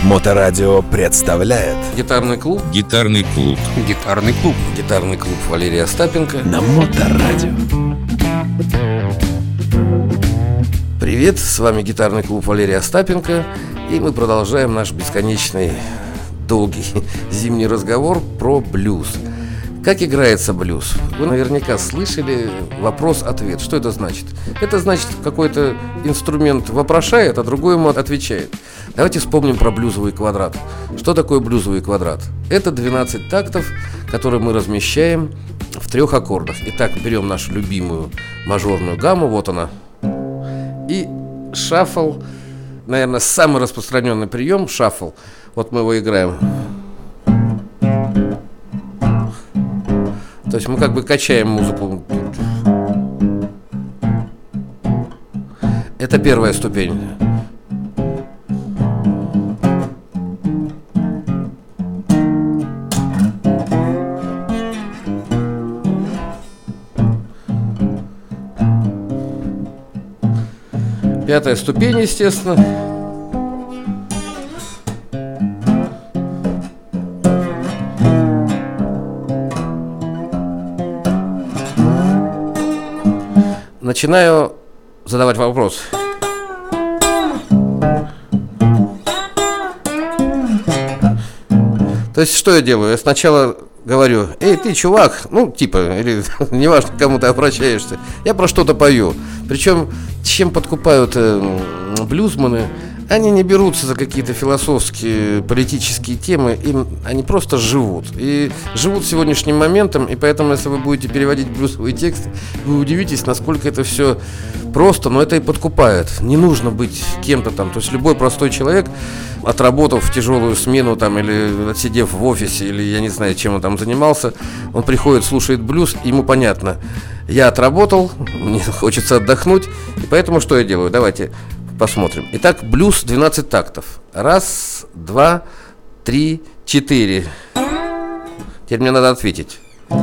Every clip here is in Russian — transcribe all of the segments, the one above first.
Моторадио представляет Гитарный клуб. Гитарный клуб. Гитарный клуб. Гитарный клуб Валерия Остапенко на Моторадио. Привет, с вами Гитарный клуб Валерия Остапенко. И мы продолжаем наш бесконечный, долгий зимний разговор про блюз. Как играется блюз? Вы наверняка слышали вопрос-ответ. Что это значит? Это значит, какой-то инструмент вопрошает, а другой ему отвечает. Давайте вспомним про блюзовый квадрат. Что такое блюзовый квадрат? Это 12 тактов, которые мы размещаем в 3 аккордах. Итак, берем нашу любимую мажорную гамму, вот она. И шаффл, наверное, самый распространенный прием, шаффл. Вот мы его играем. То есть мы как бы качаем музыку. Это первая ступень. Пятая ступень, естественно. Начинаю задавать вопрос. То есть, что я делаю? Я сначала говорю: эй, ты, чувак, ну, типа, или неважно, к кому ты обращаешься, я про что-то пою. Причем, чем подкупают блюзманы, они не берутся за какие-то философские, политические темы, они просто живут. И живут сегодняшним моментом, и поэтому, если вы будете переводить блюзовый текст, вы удивитесь, насколько это все просто, но это и подкупает. Не нужно быть кем-то там. То есть любой простой человек, отработав тяжелую смену там, или отсидев в офисе, или я не знаю, чем он там занимался, он приходит, слушает блюз, ему понятно: я отработал, мне хочется отдохнуть, и поэтому что я делаю? Давайте посмотрим. Итак, блюз 12 тактов. 1, 2, 3, 4. Теперь мне надо ответить.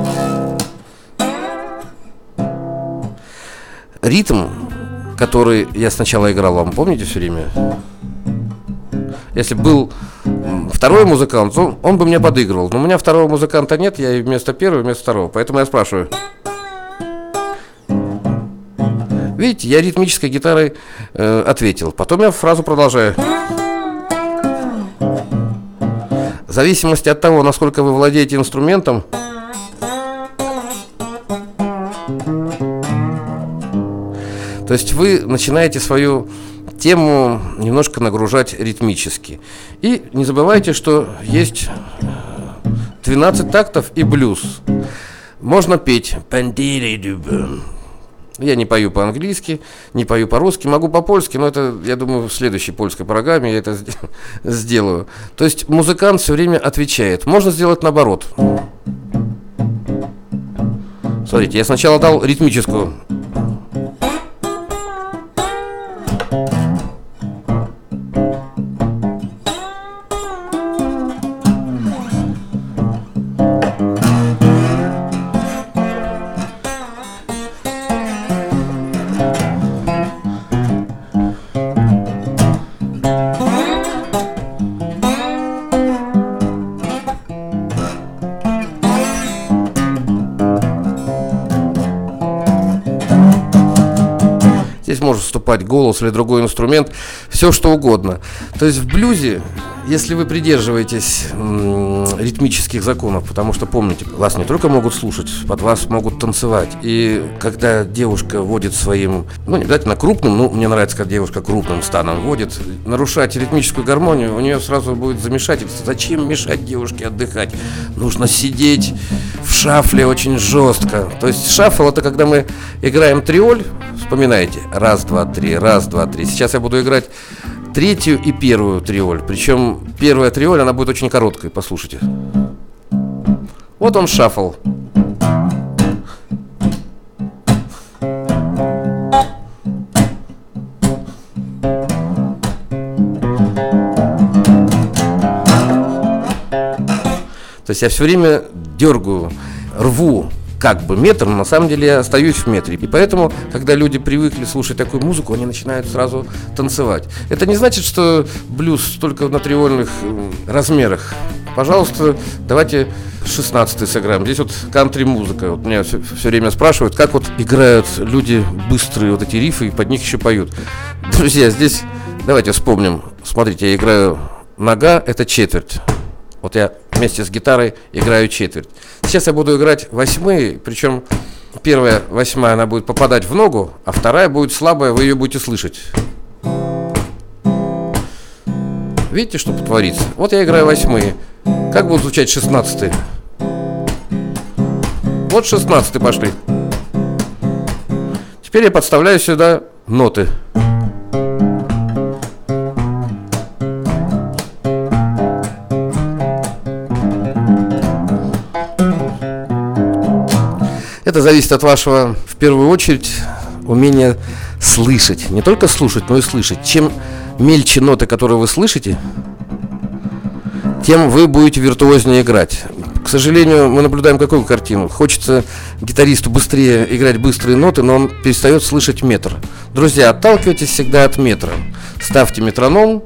Ритм, который я сначала играл, вам помните все время? Если был второй музыкант, он бы мне подыгрывал. Но у меня второго музыканта нет, я и вместо первого, и вместо второго. Поэтому я спрашиваю. Видите, я ритмической гитарой ответил. Потом я фразу продолжаю. В зависимости от того, насколько вы владеете инструментом, то есть вы начинаете свою тему немножко нагружать ритмически. И не забывайте, что есть 12 тактов и блюз. Можно петь. Я не пою по-английски, не пою по-русски, могу по-польски, но это, я думаю, в следующей польской программе я это сделаю. То есть музыкант все время отвечает. Можно сделать наоборот. Смотрите, я сначала дал ритмическую. Здесь может вступать голос или другой инструмент, все что угодно. То есть в блюзе, если вы придерживаетесь ритмических законов, потому что, помните, вас не только могут слушать, под вас могут танцевать. И когда девушка водит своим, не обязательно крупным, мне нравится, когда девушка крупным станом водит, нарушать ритмическую гармонию, у нее сразу будет замешательство. Зачем мешать девушке отдыхать? Нужно сидеть в шафле очень жестко. То есть шафл — это когда мы играем триоль. Вспоминайте. 1, 2, 3, 1, 2, 3. Сейчас я буду играть третью и первую триоль. Причем первая триоль, она будет очень короткой. Послушайте. Вот он шафл. То есть я все время дергаю, рву как бы метр, но на самом деле я остаюсь в метре. И поэтому, когда люди привыкли слушать такую музыку, они начинают сразу танцевать. Это не значит, что блюз только на тривиальных размерах. Пожалуйста, давайте 16-й сыграем. Здесь вот кантри-музыка. Вот меня все время спрашивают, как вот играют люди быстрые вот эти рифы и под них еще поют. Друзья, здесь давайте вспомним. Смотрите, я играю нога, это четверть. Вот я вместе с гитарой играю четверть. Сейчас я буду играть восьмые, причем первая восьмая, она будет попадать в ногу, а вторая будет слабая, вы ее будете слышать. Видите, что творится? Вот я играю восьмые. Как будут звучать 16-е? Вот 16-е пошли. Теперь я подставляю сюда ноты. Это зависит от вашего, в первую очередь, умения слышать. Не только слушать, но и слышать. Чем мельче ноты, которые вы слышите, тем вы будете виртуознее играть. К сожалению, мы наблюдаем какую картину. Хочется гитаристу быстрее играть быстрые ноты, но он перестает слышать метр. Друзья, отталкивайтесь всегда от метра. Ставьте метроном.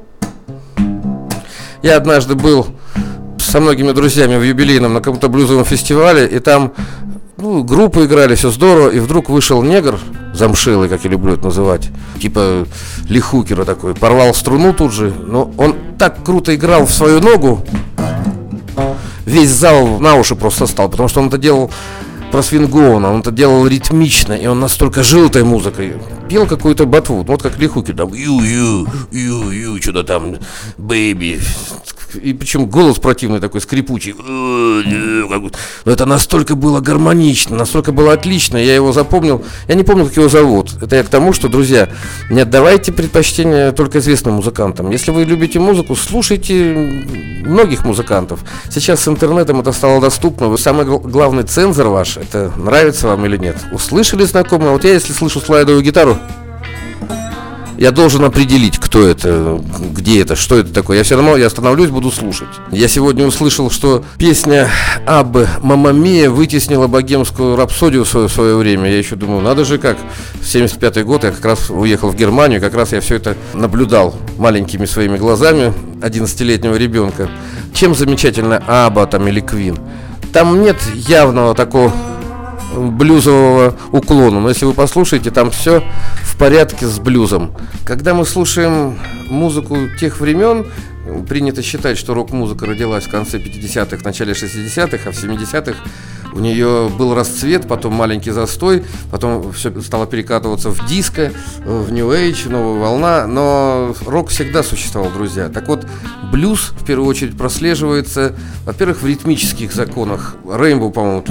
Я однажды был со многими друзьями в юбилейном на каком-то блюзовом фестивале, и там группы играли, все здорово, и вдруг вышел негр, замшелый, как я люблю это называть, типа Ли Хукера такой, порвал струну тут же, но он так круто играл в свою ногу, весь зал на уши просто стал, потому что он это делал просвингованно, он это делал ритмично, и он настолько жил этой музыкой, пел какую-то ботву, вот как Ли Хукер, там, ю, что-то там, бэйби. И причем голос противный такой, скрипучий. Но это настолько было гармонично, настолько было отлично. Я его запомнил. Я не помню, как его зовут. Это я к тому, что, друзья, не отдавайте предпочтение только известным музыкантам. Если вы любите музыку, слушайте многих музыкантов. Сейчас с интернетом это стало доступно. Вы самый главный цензор ваш. Это нравится вам или нет. Услышали знакомое? Вот я, если слышу слайдовую гитару, я должен определить, кто это, где это, что это такое. Я все равно остановлюсь, буду слушать. Я сегодня услышал, что песня Аббы «Мамма Мия» вытеснила богемскую рапсодию в свое время. Я еще думаю, надо же как. В 75-й год я как раз уехал в Германию, как раз я все это наблюдал маленькими своими глазами 11-летнего ребенка. Чем замечательна Абба там или Квин? Там нет явного такого блюзового уклона, но если вы послушаете, там все в порядке с блюзом. Когда мы слушаем музыку тех времен, принято считать, что рок-музыка родилась в конце 50-х, начале 60-х, а в 70-х у нее был расцвет, потом маленький застой, потом все стало перекатываться в диско, в New Age, новая волна, но рок всегда существовал, друзья. Так вот, блюз в первую очередь прослеживается, во-первых, в ритмических законах. Рейнбоу, по-моему,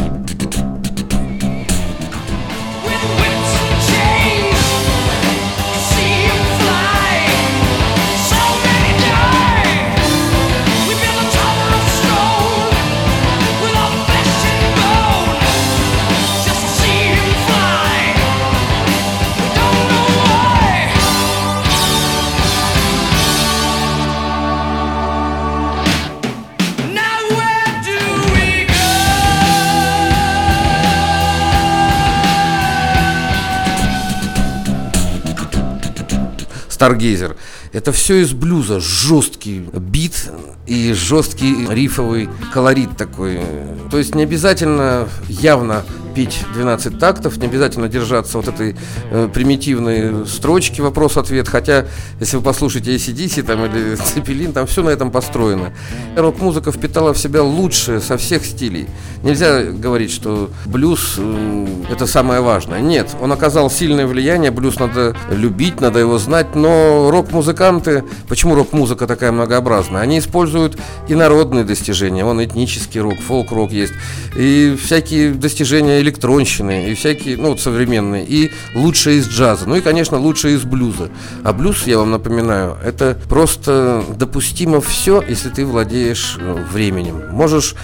Старгейзер. Это все из блюза. Жесткий бит и жесткий рифовый колорит такой. То есть не обязательно явно петь 12 тактов, не обязательно держаться вот этой примитивной строчки вопрос-ответ. Хотя, если вы послушаете AC/DC там, или Цепелин, там все на этом построено. Рок-музыка впитала в себя лучшее со всех стилей. Нельзя говорить, что блюз это самое важное. Нет, он оказал сильное влияние, блюз надо любить, надо его знать, но рок-музыканты, почему рок-музыка такая многообразная? Они используют и народные достижения, вон этнический рок, фолк-рок есть, и всякие достижения электронщины, и всякие, современные, и лучшие из джаза, и, конечно, лучшие из блюза. А блюз, я вам напоминаю, это просто допустимо все, если ты владеешь временем. Можешь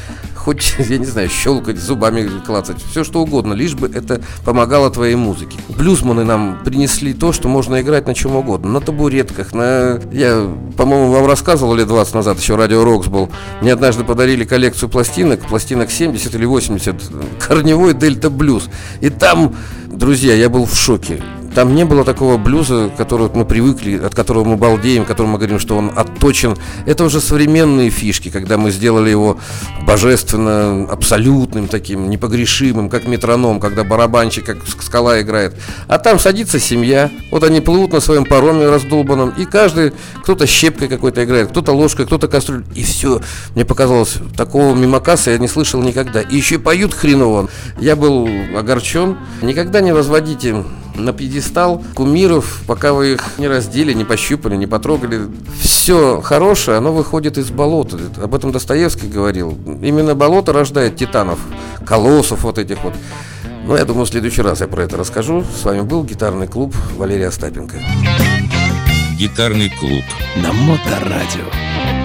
хоть, я не знаю, щелкать, зубами клацать, все что угодно, лишь бы это помогало твоей музыке. Блюзманы нам принесли то, что можно играть на чем угодно. На табуретках, Я, по-моему, вам рассказывал лет 20 назад, еще Радио Рокс был. Мне однажды подарили коллекцию пластинок 70 или 80, корневой Дельта Блюз. И там, друзья, я был в шоке. Там не было такого блюза, к которому мы привыкли, от которого мы балдеем, к которому мы говорим, что он отточен. Это уже современные фишки, когда мы сделали его божественно, абсолютным таким, непогрешимым, как метроном, когда барабанщик, как скала играет. А там садится семья, вот они плывут на своем пароме раздолбанном, и каждый, кто-то щепкой какой-то играет, кто-то ложкой, кто-то кастрюлей, и все. Мне показалось, такого мимокаса я не слышал никогда. И еще поют хреново. Я был огорчен. Никогда не возводите на пьедестал кумиров, пока вы их не раздели, не пощупали, не потрогали. Все хорошее, оно выходит из болота. Об этом Достоевский говорил. Именно болото рождает титанов, колоссов вот этих вот. Но я думаю, в следующий раз я про это расскажу. С вами был гитарный клуб Валерия Остапенко. Гитарный клуб На Моторадио.